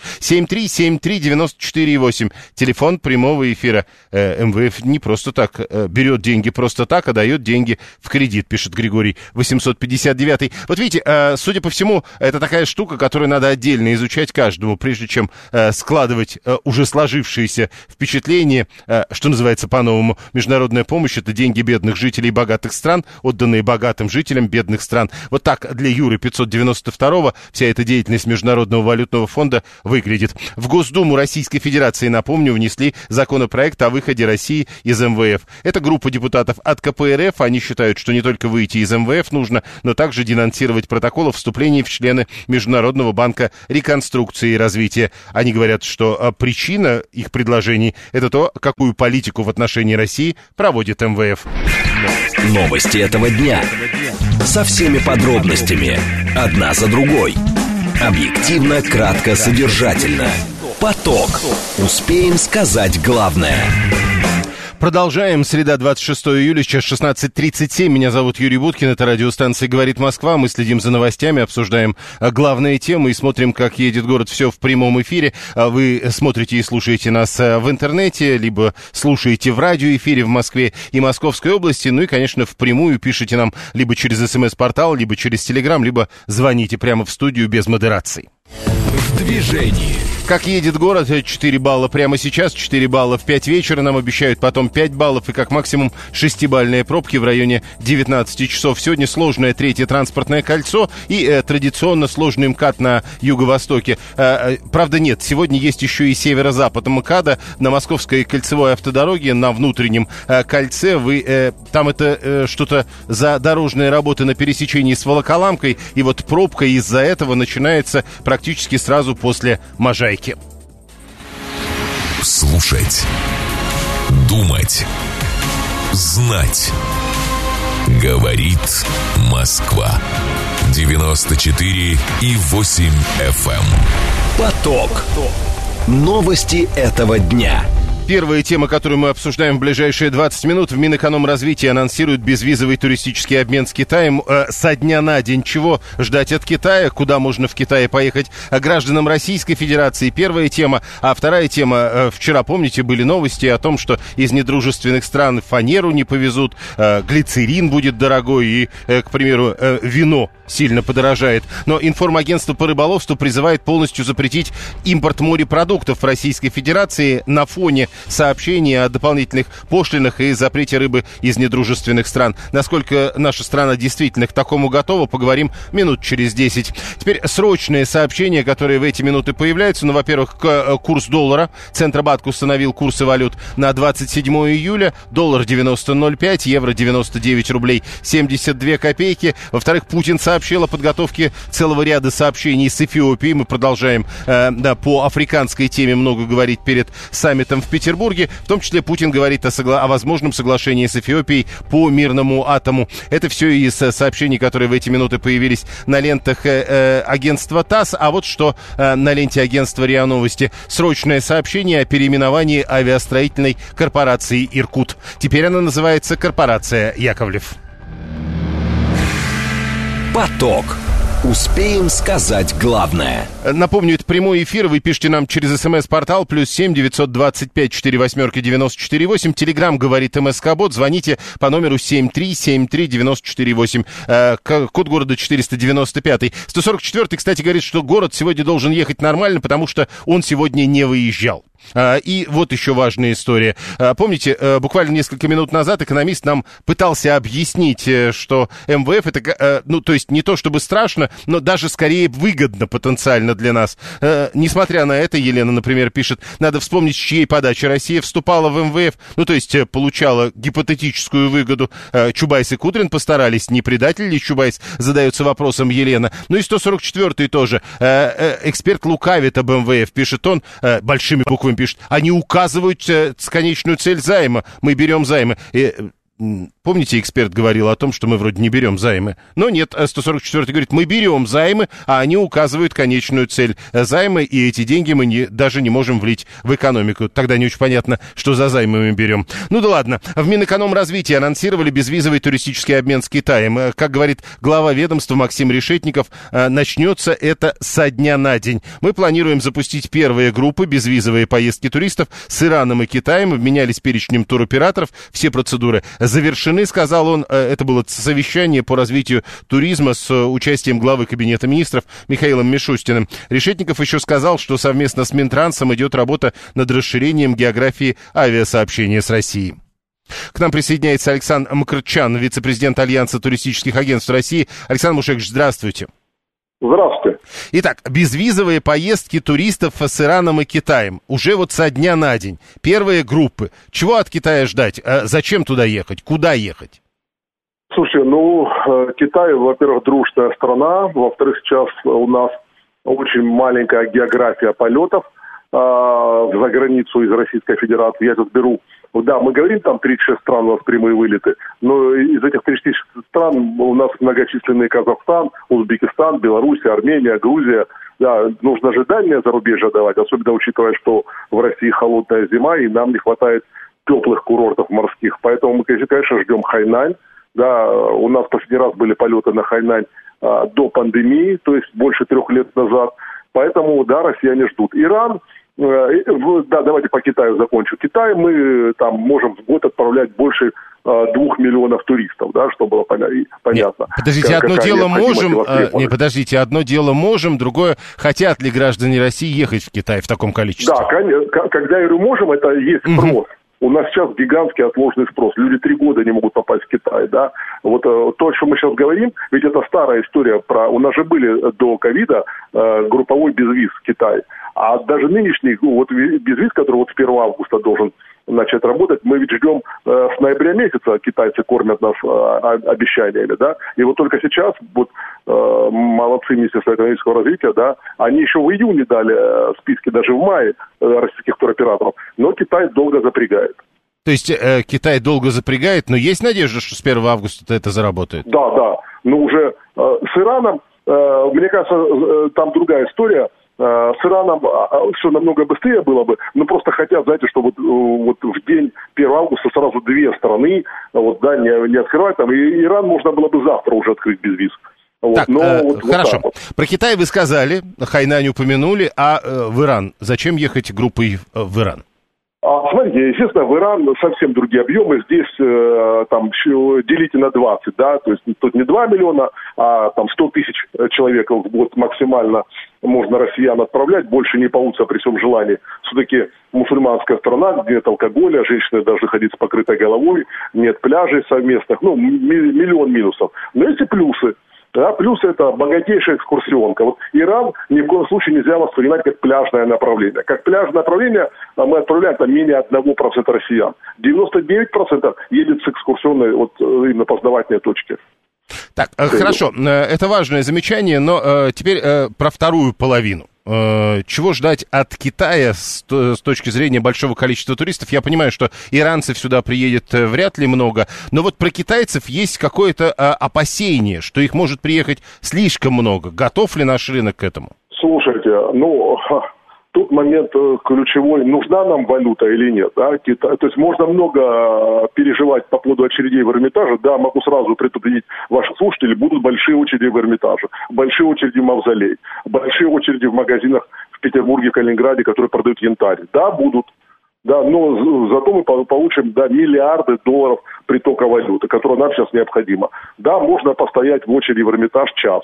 7373948, телефон прямого эфира. МВФ не просто так берет деньги просто так, а дает деньги в кредит, пишет Григорий 859. Вот видите, судя по всему, это такая штука, которую надо отдельно изучать каждому, прежде чем складывать уже сложившиеся впечатления, что называется по-новому, международная помощь — это деньги бедных жителей богатых стран, отданные богатым жителям бедных стран. Вот так для Юры 592-го вся эта деятельность Международного валютного фонда выглядит. В Госдуму Российской Федерации, напомню, внесли законопроект о выходе России из МВФ. Это группа депутатов от КПРФ. Они считают, что не только выйти из МВФ нужно, но также денонсировать протокол о вступлении в члены Международного банка реконструкции и развития. Они говорят, что причина их предложений — это то, какую политику в отношении России проводит МВФ. Новости этого дня. Со всеми подробностями. Одна за другой. Объективно, кратко, содержательно. Поток. Успеем сказать главное. Продолжаем. Среда, 26 июля, сейчас 16:37. Меня зовут Юрий Буткин. Это радиостанция «Говорит Москва». Мы следим за новостями, обсуждаем главные темы и смотрим, как едет город. Все в прямом эфире. Вы смотрите и слушаете нас в интернете, либо слушаете в радиоэфире в Москве и Московской области. Ну и, конечно, впрямую пишите нам либо через СМС-портал, либо через Телеграм, либо звоните прямо в студию без модерации. В движении. Как едет город? 4 балла прямо сейчас, 4 балла в 5 вечера. Нам обещают потом 5 баллов и как максимум 6-бальные пробки в районе 19 часов. Сегодня сложное третье транспортное кольцо и традиционно сложный МКАД на юго-востоке. Правда, нет, сегодня есть еще и северо-запад МКАДа на Московской кольцевой автодороге, на внутреннем кольце. Там это что-то за дорожные работы на пересечении с Волоколамкой. И вот пробка из-за этого начинается практически сразу после Можайки. Слушать, думать, знать. Говорит Москва. 94,8 FM. Поток. Новости этого дня. Первая тема, которую мы обсуждаем в ближайшие 20 минут. В Минэкономразвитии анонсируют безвизовый туристический обмен с Китаем со дня на день. Чего ждать от Китая? Куда можно в Китае поехать гражданам Российской Федерации? Первая тема. А вторая тема. Вчера, помните, были новости о том, что из недружественных стран фанеру не повезут, глицерин будет дорогой и, к примеру, вино сильно подорожает. Но информагентство по рыболовству призывает полностью запретить импорт морепродуктов в Российской Федерации на фоне сообщения о дополнительных пошлинах и запрете рыбы из недружественных стран. Насколько наша страна действительно к такому готова, поговорим минут через 10. Теперь срочные сообщения, которые в эти минуты появляются. Ну, во-первых, курс доллара. Центробанк установил курсы валют на 27 июля. Доллар 90.05, евро 99 рублей 72 копейки. Во-вторых, Путин сообщил о подготовке целого ряда сообщений с Эфиопией. Мы продолжаем по африканской теме много говорить перед саммитом в Петербурге. В том числе Путин говорит о возможном соглашении с Эфиопией по мирному атому. Это все из сообщений, которые в эти минуты появились на лентах агентства ТАСС. А вот что на ленте агентства РИА Новости. Срочное сообщение о переименовании авиастроительной корпорации «Иркут». Теперь она называется корпорация «Яковлев». Поток. Успеем сказать главное. Напомню, это прямой эфир. Вы пишите нам через СМС-портал +7 925 48 94 8. Телеграм говорит МСК-бот. Звоните по номеру 7373948. Код города 495. 144-й, кстати, говорит, что город сегодня должен ехать нормально, потому что он сегодня не выезжал. И вот еще важная история. Помните, буквально несколько минут назад экономист нам пытался объяснить, что МВФ это, то есть не то чтобы страшно, но даже скорее выгодно потенциально для нас. Несмотря на это, Елена, например, пишет, надо вспомнить, с чьей подачи Россия вступала в МВФ, то есть получала гипотетическую выгоду. Чубайс и Кудрин постарались, не предатель ли Чубайс, задается вопросом Елена. Ну и 144-й тоже. Эксперт лукавит об МВФ, пишет он, большими буквами пишет, они указывают конечную цель займа. Мы берем займы. Помните, эксперт говорил о том, что мы вроде не берем займы? Но нет, 144-й говорит, мы берем займы, а они указывают конечную цель займа, и эти деньги мы даже не можем влить в экономику. Тогда не очень понятно, что за займы мы берем. Ну да ладно. В Минэкономразвитии анонсировали безвизовый туристический обмен с Китаем. Как говорит глава ведомства Максим Решетников, начнется это со дня на день. Мы планируем запустить первые группы безвизовые поездки туристов с Ираном и Китаем. Обменялись перечнем туроператоров. Все процедуры завершены, сказал он. Это было совещание по развитию туризма с участием главы Кабинета министров Михаилом Мишустиным. Решетников еще сказал, что совместно с Минтрансом идет работа над расширением географии авиасообщения с Россией. К нам присоединяется Александр Мкртчян, вице-президент Альянса туристических агентств России. Александр Мушекович, здравствуйте. Здравствуйте. Итак, безвизовые поездки туристов с Ираном и Китаем. Уже вот со дня на день. Первые группы. Чего от Китая ждать? Зачем туда ехать? Куда ехать? Слушай, Китай, во-первых, дружная страна. Во-вторых, сейчас у нас очень маленькая география полетов за границу из Российской Федерации. Я тут беру... Да, мы говорим, там 36 стран у нас прямые вылеты, но из этих 36 стран у нас многочисленные Казахстан, Узбекистан, Беларусь, Армения, Грузия. Да, нужно же дальнее зарубежье давать, особенно учитывая, что в России холодная зима, и нам не хватает теплых курортов морских. Поэтому мы, конечно, ждем Хайнань. Да, у нас последний раз были полеты на Хайнань до пандемии, то есть больше 3 лет назад. Поэтому, да, россияне ждут. Иран, да, давайте по Китаю закончу. Китай мы там можем в год отправлять больше 2 миллионов туристов, да, чтобы было понятно. Нет, подождите, одно дело можем, другое, хотят ли граждане России ехать в Китай в таком количестве? Да, когда я говорю можем, это есть спрос. У нас сейчас гигантский отложенный спрос. Люди 3 года не могут попасть в Китай, да. Вот то, о чем мы сейчас говорим, ведь это старая история про... У нас же были до ковида групповой безвиз в Китай. А даже нынешний вот безвиз, который вот с 1 августа должен начать работать, мы ведь ждем с ноября месяца, китайцы кормят нас обещаниями, да, и вот только сейчас, вот молодцы Министерства экономического развития, да, они еще в июне дали списки, даже в мае российских туроператоров, но Китай долго запрягает. То есть Китай долго запрягает, но есть надежда, что с 1 августа это заработает? Да, но уже с Ираном, мне кажется, там другая история. С Ираном все намного быстрее было бы, но просто хотят, знаете, что вот в день 1 августа сразу 2 страны, вот, да, не открывать, там, и Иран можно было бы завтра уже открыть без виз. Вот, так, хорошо. Вот. Про Китай вы сказали, Хайнань упомянули, а в Иран? Зачем ехать группой в Иран? Смотрите, естественно, в Иран совсем другие объемы. Здесь там делите на 20, да, то есть тут не 2 миллиона, а там 100 тысяч человек в год максимально можно россиян отправлять, больше не получится при всем желании. Все-таки мусульманская страна, где нет алкоголя, женщины должны ходить с покрытой головой, нет пляжей совместных, миллион минусов. Но есть и плюсы. Да, плюс это богатейшая экскурсионка. Вот Иран ни в коем случае нельзя воспринимать как пляжное направление. Как пляжное направление мы отправляем там менее 1% россиян. 99% едет с экскурсионной, вот именно познавательной точки. Так, хорошо, это важное замечание, но теперь про вторую половину. Чего ждать от Китая с точки зрения большого количества туристов? Я понимаю, что иранцев сюда приедет вряд ли много, но вот про китайцев есть какое-то опасение, что их может приехать слишком много. Готов ли наш рынок к этому? Слушайте, тут момент ключевой, нужна нам валюта или нет. Да? То есть можно много переживать по поводу очередей в Эрмитаже. Да, могу сразу предупредить ваших слушателей, будут большие очереди в Эрмитаже, большие очереди в Мавзолей, большие очереди в магазинах в Петербурге, Калининграде, которые продают янтарь. Да, будут. Да, но зато мы получим миллиарды долларов притока валюты, которая нам сейчас необходима. Да, можно постоять в очереди в Эрмитаж час.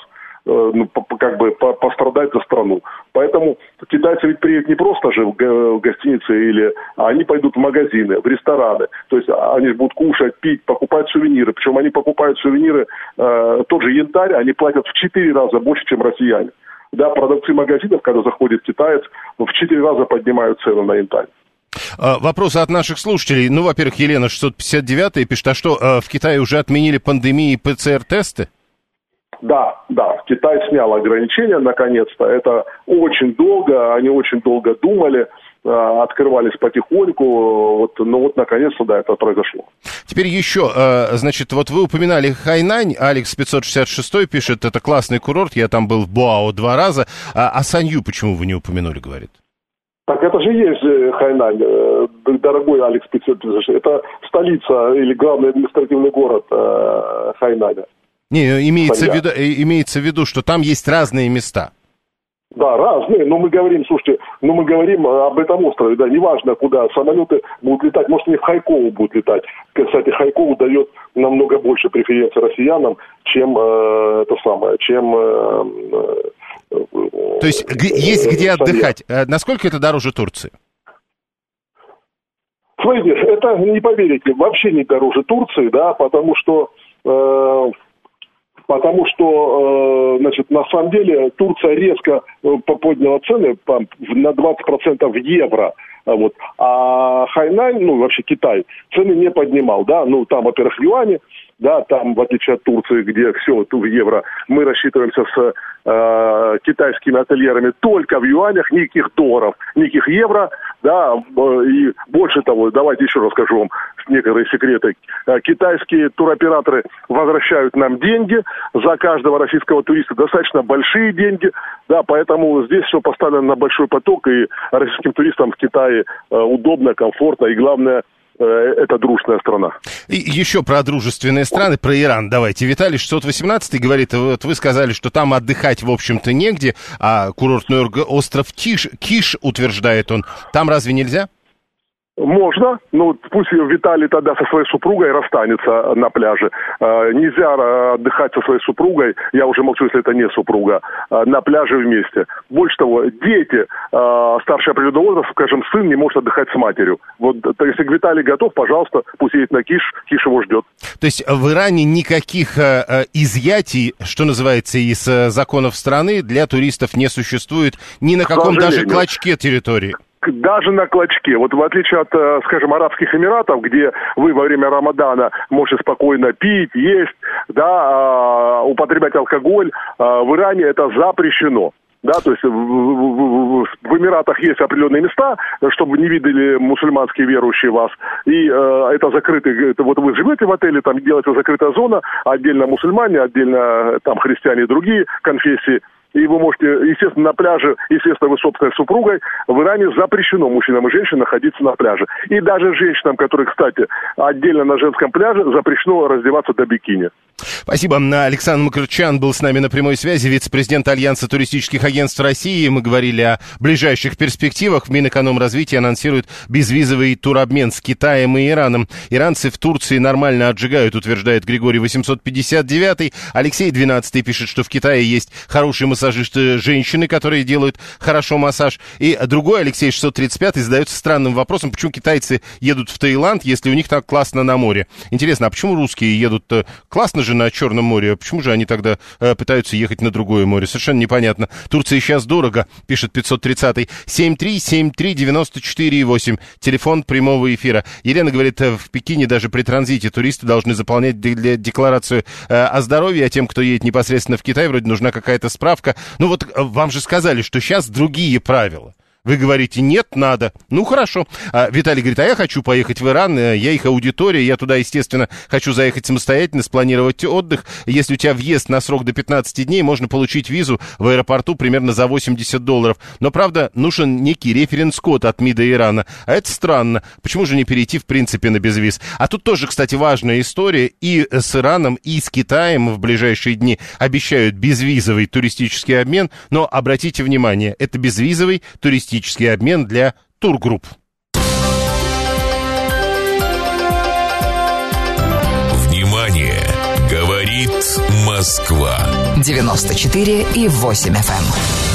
Пострадать за страну. Поэтому китайцы ведь приедут не просто же в гостиницы, а они пойдут в магазины, в рестораны. То есть они будут кушать, пить, покупать сувениры. Причем они покупают сувениры, тот же янтарь, они платят в 4 раза больше, чем россияне. Да, продавцы магазинов, когда заходит китаец, в 4 раза поднимают цены на янтарь. Вопросы от наших слушателей. Во-первых, Елена 659 пишет, а что, в Китае уже отменили пандемии и ПЦР-тесты? Да, Китай снял ограничения наконец-то. Это очень долго, они очень долго думали, открывались потихоньку, но наконец-то, да, это произошло. Теперь еще, значит, вот вы упоминали Хайнань, Алекс 566 пишет, это классный курорт, я там был в Боао 2 раза, а Санью почему вы не упомянули, говорит? Так это же есть Хайнань, дорогой Алекс 566, это столица или главный административный город Хайнаня. Не, имеется в виду, что там есть разные места. Да, разные, но мы говорим об этом острове, да, неважно куда, самолеты будут летать, может, не в Хайкоу будут летать. Кстати, Хайкоу дает намного больше преференций россиянам, чем То есть есть где отдыхать. Насколько это дороже Турции? Смотрите, это, не поверите, вообще не дороже Турции, да, потому что значит, на самом деле Турция резко подняла цены на 20% в евро. А Хайнань, вообще Китай, цены не поднимал, да, там, во-первых, в юане, да, там, в отличие от Турции, где все в евро, мы рассчитываемся с китайскими ательерами только в юанях, никаких долларов, никаких евро, да, и больше того, давайте еще расскажу вам некоторые секреты. Китайские туроператоры возвращают нам деньги за каждого российского туриста, достаточно большие деньги, да, поэтому здесь все поставлено на большой поток, и российским туристам в Китае удобно, комфортно, и главное, эта дружная страна. И еще про дружественные страны, про Иран давайте. Виталий 618 говорит, вот вы сказали, что там отдыхать, в общем-то, негде, а курортный остров Киш, утверждает он, там разве нельзя? Можно, но пусть Виталий тогда со своей супругой расстанется на пляже. Нельзя отдыхать со своей супругой, я уже молчу, если это не супруга, на пляже вместе. Больше того, дети старше определенного возраста, скажем, сын не может отдыхать с матерью. Вот если Виталий готов, пожалуйста, пусть едет на Киш, Киш его ждет. То есть в Иране никаких изъятий, что называется, из законов страны для туристов не существует ни на каком даже клочке территории? Даже на клочке. Вот в отличие от, скажем, Арабских Эмиратов, где вы во время Рамадана можете спокойно пить, есть, да, употреблять алкоголь, в Иране это запрещено. Да, то есть в Эмиратах есть определенные места, чтобы не видели мусульманские верующие вас. И это закрытый, вот вы живете в отеле, там делается закрытая зона, отдельно мусульмане, отдельно там христиане и другие конфессии. И вы можете, естественно, на пляже, естественно, вы собственной супругой, в Иране запрещено мужчинам и женщинам находиться на пляже. И даже женщинам, которые, кстати, отдельно на женском пляже, запрещено раздеваться до бикини. Спасибо. Александр Макарчан был с нами на прямой связи, вице-президент Альянса туристических агентств России. Мы говорили о ближайших перспективах. Минэкономразвития анонсирует безвизовый туробмен с Китаем и Ираном. Иранцы в Турции нормально отжигают, утверждает Григорий 859. Алексей 12 пишет, что в Китае есть хорошие массажисты женщины, которые делают хорошо массаж. И другой Алексей 635 задается странным вопросом, почему китайцы едут в Таиланд, если у них так классно на море. Интересно, а почему русские едут классно же на Черном море, почему же они тогда пытаются ехать на другое море? Совершенно непонятно. Турция сейчас дорого, пишет 530-й. 7373948, телефон прямого эфира. Елена говорит, в Пекине даже при транзите туристы должны заполнять декларацию о здоровье, а тем, кто едет непосредственно в Китай, вроде нужна какая-то справка. Ну вот вам же сказали, что сейчас другие правила. Вы говорите, нет, надо. Ну, хорошо. Виталий говорит, а я хочу поехать в Иран, я их аудитория, я туда, естественно, хочу заехать самостоятельно, спланировать отдых. Если у тебя въезд на срок до 15 дней, можно получить визу в аэропорту примерно за $80. Но, правда, нужен некий референс-код от МИДа Ирана. А это странно. Почему же не перейти, в принципе, на безвиз? А тут тоже, кстати, важная история. И с Ираном, и с Китаем в ближайшие дни обещают безвизовый туристический обмен. Но обратите внимание, это безвизовый туристический обмен для тургрупп. Внимание! Говорит Москва. 94,8 FM.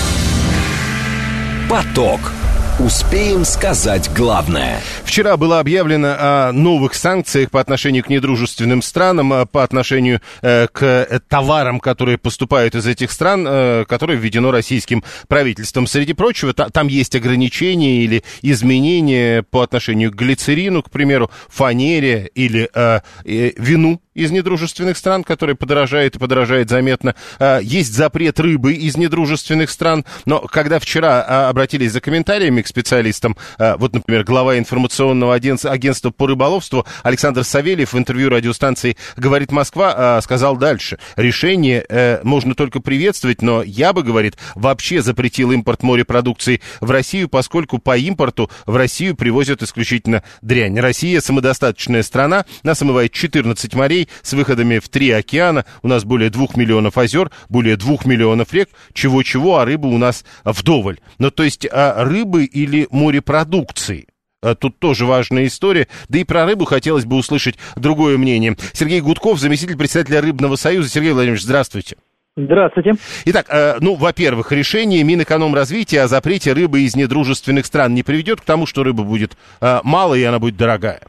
Поток. Успеем сказать главное. Вчера было объявлено о новых санкциях по отношению к недружественным странам, по отношению к товарам, которые поступают из этих стран, которые введено российским правительством. Среди прочего, там есть ограничения или изменения по отношению к глицерину, к примеру, фанере или вину из недружественных стран, который подорожает и подорожает заметно. Есть запрет рыбы из недружественных стран. Но когда вчера обратились за комментариями к специалистам, вот, например, глава информационного агентства по рыболовству Александр Савельев в интервью радиостанции «Говорит Москва» сказал дальше. Решение можно только приветствовать, но я бы, говорит, вообще запретил импорт морепродукции в Россию, поскольку по импорту в Россию привозят исключительно дрянь. Россия самодостаточная страна, нас омывает 14 морей, с выходами в 3 океана. У нас более 2 миллионов озер, более 2 миллионов рек. Чего-чего, а рыбы у нас вдоволь. Ну, то есть рыбы или морепродукции. Тут тоже важная история. Да и про рыбу хотелось бы услышать другое мнение. Сергей Гудков, заместитель председателя Рыбного союза. Сергей Владимирович, здравствуйте. Здравствуйте. Итак, во-первых, решение Минэкономразвития о запрете рыбы из недружественных стран не приведет к тому, что рыбы будет мало и она будет дорогая?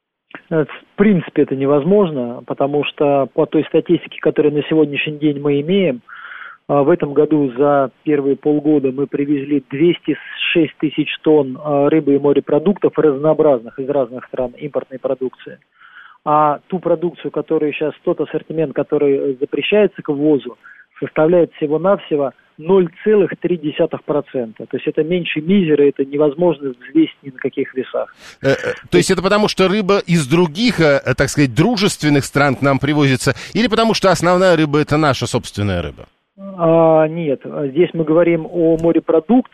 В принципе, это невозможно, потому что по той статистике, которую на сегодняшний день мы имеем, в этом году за первые полгода мы привезли 206 тысяч тонн рыбы и морепродуктов разнообразных из разных стран, импортной продукции. А ту продукцию, которая сейчас, тот ассортимент, который запрещается к ввозу, составляет всего-навсего 0,3%. То есть это меньше мизера, это невозможно взвесить ни на каких весах. То есть это потому, что рыба из других, так сказать, дружественных стран к нам привозится, или потому что основная рыба — это наша собственная рыба? Нет, здесь мы говорим о морепродуктах,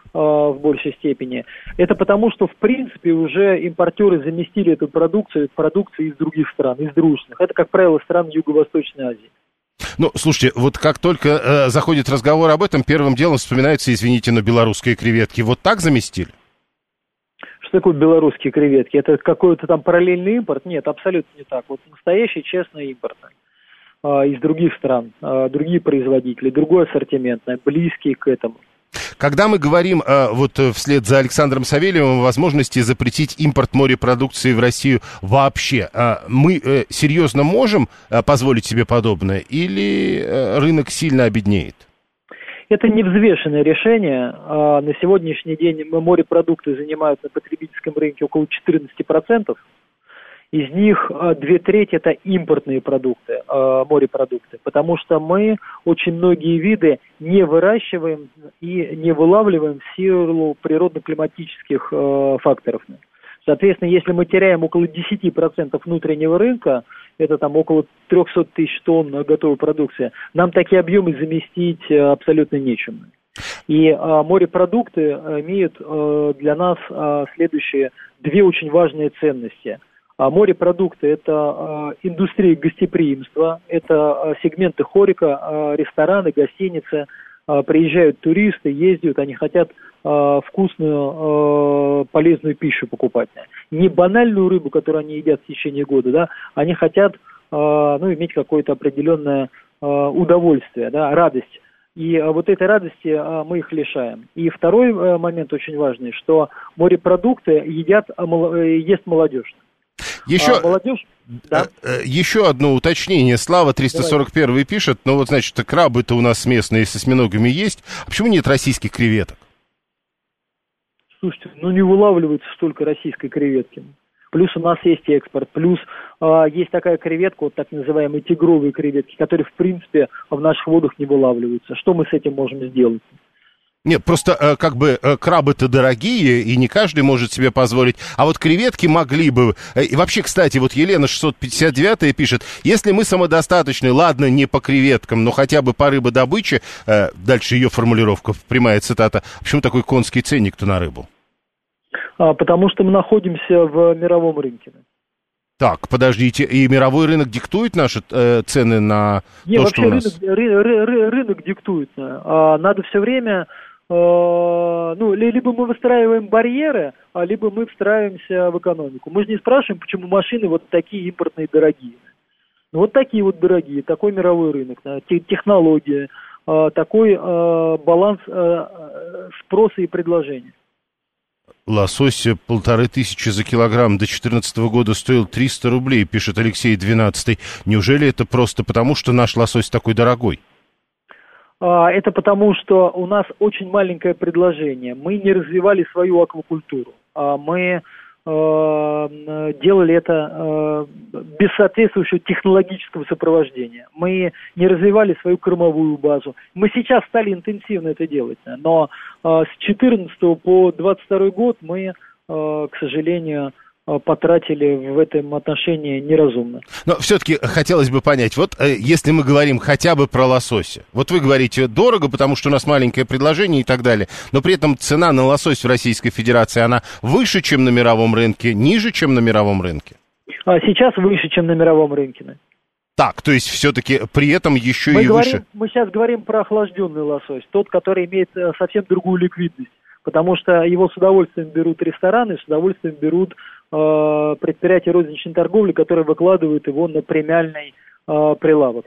в большей степени. Это потому, что в принципе уже импортеры заместили эту продукцию из других стран, из дружественных. Это, как правило, стран Юго-Восточной Азии. Ну, слушайте, вот как только заходит разговор об этом, первым делом вспоминаются, извините, но белорусские креветки. Вот так заместили? Что такое белорусские креветки? Это какой-то там параллельный импорт? Нет, абсолютно не так. Вот настоящий, честный импорт из других стран, другие производители, другой ассортимент, близкий к этому. Когда мы говорим вот вслед за Александром Савельевым о возможности запретить импорт морепродукции в Россию вообще, мы серьезно можем позволить себе подобное или рынок сильно обеднеет? Это невзвешенное решение. На сегодняшний день морепродукты занимают на потребительском рынке около 14%. Из них 2/3 это импортные продукты, морепродукты, потому что мы очень многие виды не выращиваем и не вылавливаем в силу природно-климатических факторов. Соответственно, если мы теряем около 10% внутреннего рынка, это там около 300 тысяч тонн готовой продукции, нам такие объемы заместить абсолютно нечем. И морепродукты имеют для нас следующие две очень важные ценности. Морепродукты – это индустрия гостеприимства, это сегменты хорика, рестораны, гостиницы. Приезжают туристы, ездят, они хотят вкусную, полезную пищу покупать. Не банальную рыбу, которую они едят в течение года, да, они хотят иметь какое-то определенное удовольствие, да, радость. И вот этой радости мы их лишаем. И второй момент очень важный, что морепродукты ест молодежь. Еще одно уточнение. Слава 341 пишет, ну вот, значит, крабы-то у нас местные с осьминогами есть. А почему нет российских креветок? Слушайте, не вылавливается столько российской креветки. Плюс у нас есть экспорт, плюс есть такая креветка, вот так называемые тигровые креветки, которые, в принципе, в наших водах не вылавливаются. Что мы с этим можем сделать? Нет, просто крабы-то дорогие, и не каждый может себе позволить. А вот креветки могли бы. И вообще, кстати, вот Елена 659 пишет, если мы самодостаточны, ладно, не по креветкам, но хотя бы по рыбодобыче, дальше ее формулировка, прямая цитата, почему такой конский ценник-то на рыбу? Потому что мы находимся в мировом рынке. Так, подождите, и мировой рынок диктует наши цены на то, что у нас? Рынок диктует. Надо все время, либо мы выстраиваем барьеры, либо мы встраиваемся в экономику. Мы же не спрашиваем, почему машины вот такие импортные дорогие. Вот такие вот дорогие, такой мировой рынок, технология, такой баланс спроса и предложения. Лосось 1500 за килограмм до 2014 года стоил 300 рублей, пишет Алексей 12. Неужели это просто потому, что наш лосось такой дорогой? Это потому, что у нас очень маленькое предложение. Мы не развивали свою аквакультуру. Мы делали это без соответствующего технологического сопровождения. Мы не развивали свою кормовую базу. Мы сейчас стали интенсивно это делать. Но с 2014 по 2022 год мы, к сожалению, потратили в этом отношении неразумно. Но все-таки хотелось бы понять, вот если мы говорим хотя бы про лосося, вот вы говорите дорого, потому что у нас маленькое предложение и так далее, но при этом цена на лосось в Российской Федерации, она выше, чем на мировом рынке, ниже, чем на мировом рынке? Сейчас выше, чем на мировом рынке. Так, то есть все-таки при этом еще и выше? Мы сейчас говорим про охлажденный лосось, тот, который имеет совсем другую ликвидность, потому что его с удовольствием берут рестораны, с удовольствием берут предприятия розничной торговли, которые выкладывают его на премиальный прилавок.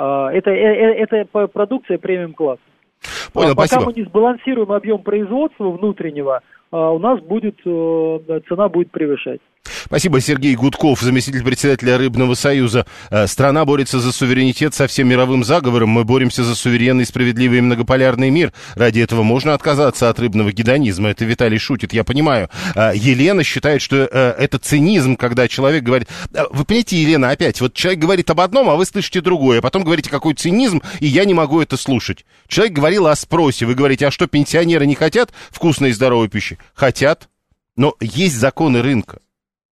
Это продукция премиум-класса. Понял, пока спасибо. мы не сбалансируем объем производства внутреннего, у нас цена будет превышать. Спасибо, Сергей Гудков, заместитель председателя Рыбного союза. Страна борется за суверенитет со всем мировым заговором. Мы боремся за суверенный, справедливый и многополярный мир. Ради этого можно отказаться от рыбного гедонизма. Это Виталий шутит, я понимаю. Елена считает, что это цинизм, когда человек говорит... Вы понимаете, Елена, опять, вот человек говорит об одном, а вы слышите другое. А потом говорите, какой цинизм, и я не могу это слушать. Человек говорил о спросе. Вы говорите, а что, пенсионеры не хотят вкусной и здоровой пищи? Хотят, но есть законы рынка.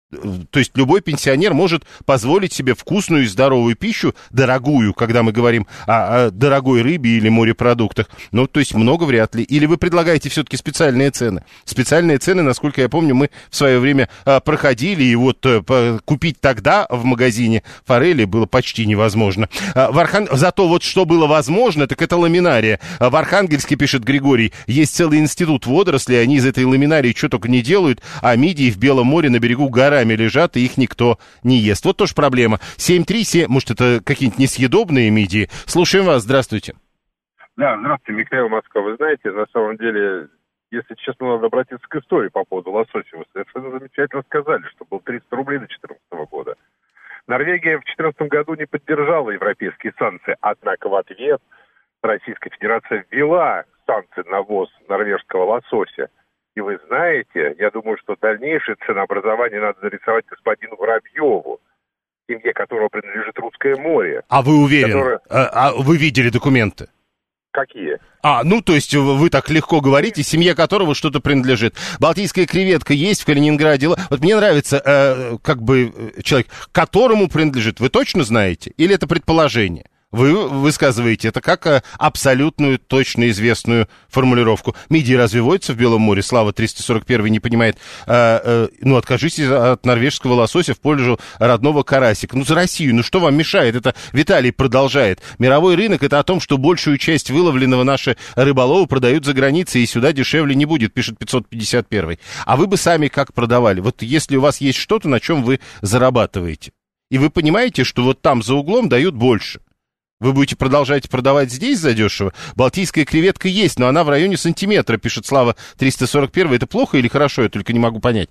То есть любой пенсионер может позволить себе вкусную и здоровую пищу, дорогую, когда мы говорим о дорогой рыбе или морепродуктах. Ну, то есть много вряд ли. Или вы предлагаете все-таки специальные цены? Специальные цены, насколько я помню, мы в свое время проходили, и вот купить тогда в магазине форели было почти невозможно. Зато вот что было возможно, так это ламинария. В Архангельске, пишет Григорий, есть целый институт водорослей, они из этой ламинарии что только не делают, а мидии в Белом море на берегу горами лежат, и их никто не ест. Вот тоже проблема. 737, может, это какие-нибудь несъедобные мидии? Слушаем вас, здравствуйте. Да, здравствуйте, Михаил, Москва. Вы знаете, на самом деле, если честно, надо обратиться к истории по поводу лосося. Вы совершенно замечательно сказали, что был 300 рублей до 2014 года. Норвегия в 2014 году не поддержала европейские санкции, однако в ответ Российская Федерация ввела санкции на ввоз норвежского лосося. И вы знаете, я думаю, что дальнейшее ценообразование надо нарисовать господину Воробьеву, семье которого принадлежит Русское море. А вы уверены? А вы видели документы? Какие? Ну, то есть вы так легко говорите, семье которого что-то принадлежит. Балтийская креветка есть в Калининграде. Вот мне нравится, человек, которому принадлежит. Вы точно знаете? Или это предположение? Вы высказываете это как абсолютную, точно известную формулировку. Мидии разве водятся в Белом море? Слава 341 не понимает. Откажитесь от норвежского лосося в пользу родного карасика. За Россию, что вам мешает? Это Виталий продолжает. Мировой рынок — это о том, что большую часть выловленного наши рыболовы продают за границей, и сюда дешевле не будет, пишет 551. А вы бы сами как продавали? Вот если у вас есть что-то, на чем вы зарабатываете, и вы понимаете, что вот там за углом дают больше, вы будете продолжать продавать здесь задешево? Балтийская креветка есть, но она в районе сантиметра, пишет Слава 341. Это плохо или хорошо? Я только не могу понять.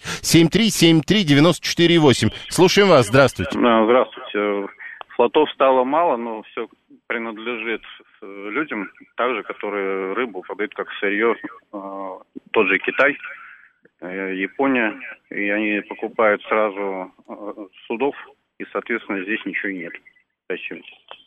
7373948. Слушаем вас. Здравствуйте. Здравствуйте. Флотов стало мало, но все принадлежит людям, также, которые рыбу продают как сырье. Тот же Китай, Япония. И они покупают сразу судов, и, соответственно, здесь ничего нет. Спасибо.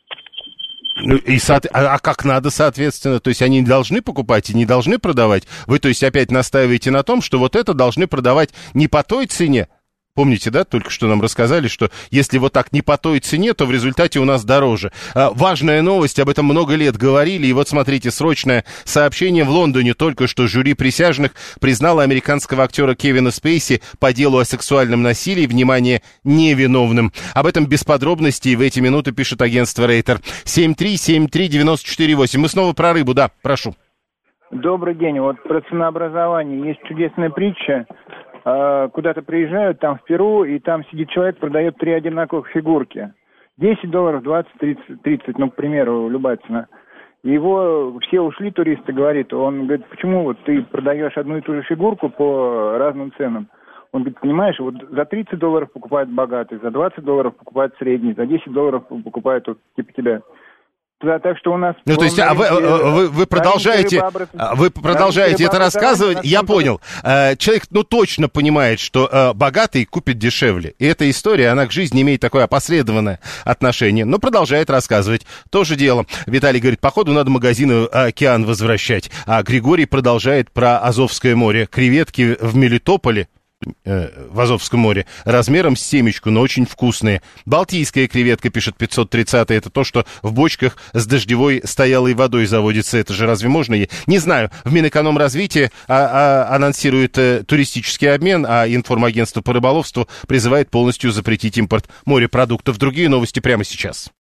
А как надо, соответственно? То есть они должны покупать и не должны продавать? Вы, то есть, опять настаиваете на том, что вот это должны продавать не по той цене? Помните, да, только что нам рассказали, что если вот так не по той цене, то в результате у нас дороже. Важная новость, об этом много лет говорили, и вот смотрите, срочное сообщение. В Лондоне только что жюри присяжных признало американского актера Кевина Спейси по делу о сексуальном насилии, внимание, невиновным. Об этом без подробностей в эти минуты пишет агентство Рейтер. 7373948. Мы снова про рыбу, да, прошу. Добрый день. Вот про ценообразование. Есть чудесная притча. Куда-то приезжают, там в Перу, и там сидит человек, продает 3 одинаковых фигурки. $10, 20, 30, к примеру, любая цена. Его все ушли, туристы, говорит. Он говорит, почему вот ты продаешь одну и ту же фигурку по разным ценам? Он говорит, понимаешь, вот за $30 покупают богатый, за $20 покупают средний, за $10 покупают вот типа тебя. Да, так что у нас... то есть вы продолжаете это рассказывать, я понял. Человек, точно понимает, что богатый купит дешевле. И эта история, она к жизни имеет такое опосредованное отношение, но продолжает рассказывать. То же дело. Виталий говорит, походу надо магазины «Океан» возвращать. А Григорий продолжает про Азовское море. Креветки в Мелитополе, в Азовском море, размером с семечку, но очень вкусные. Балтийская креветка, пишет 530, это то, что в бочках с дождевой стоялой водой заводится. Это же разве можно? Не знаю. В Минэкономразвитии анонсирует туристический обмен, а информагентство по рыболовству призывает полностью запретить импорт морепродуктов. Другие новости прямо сейчас.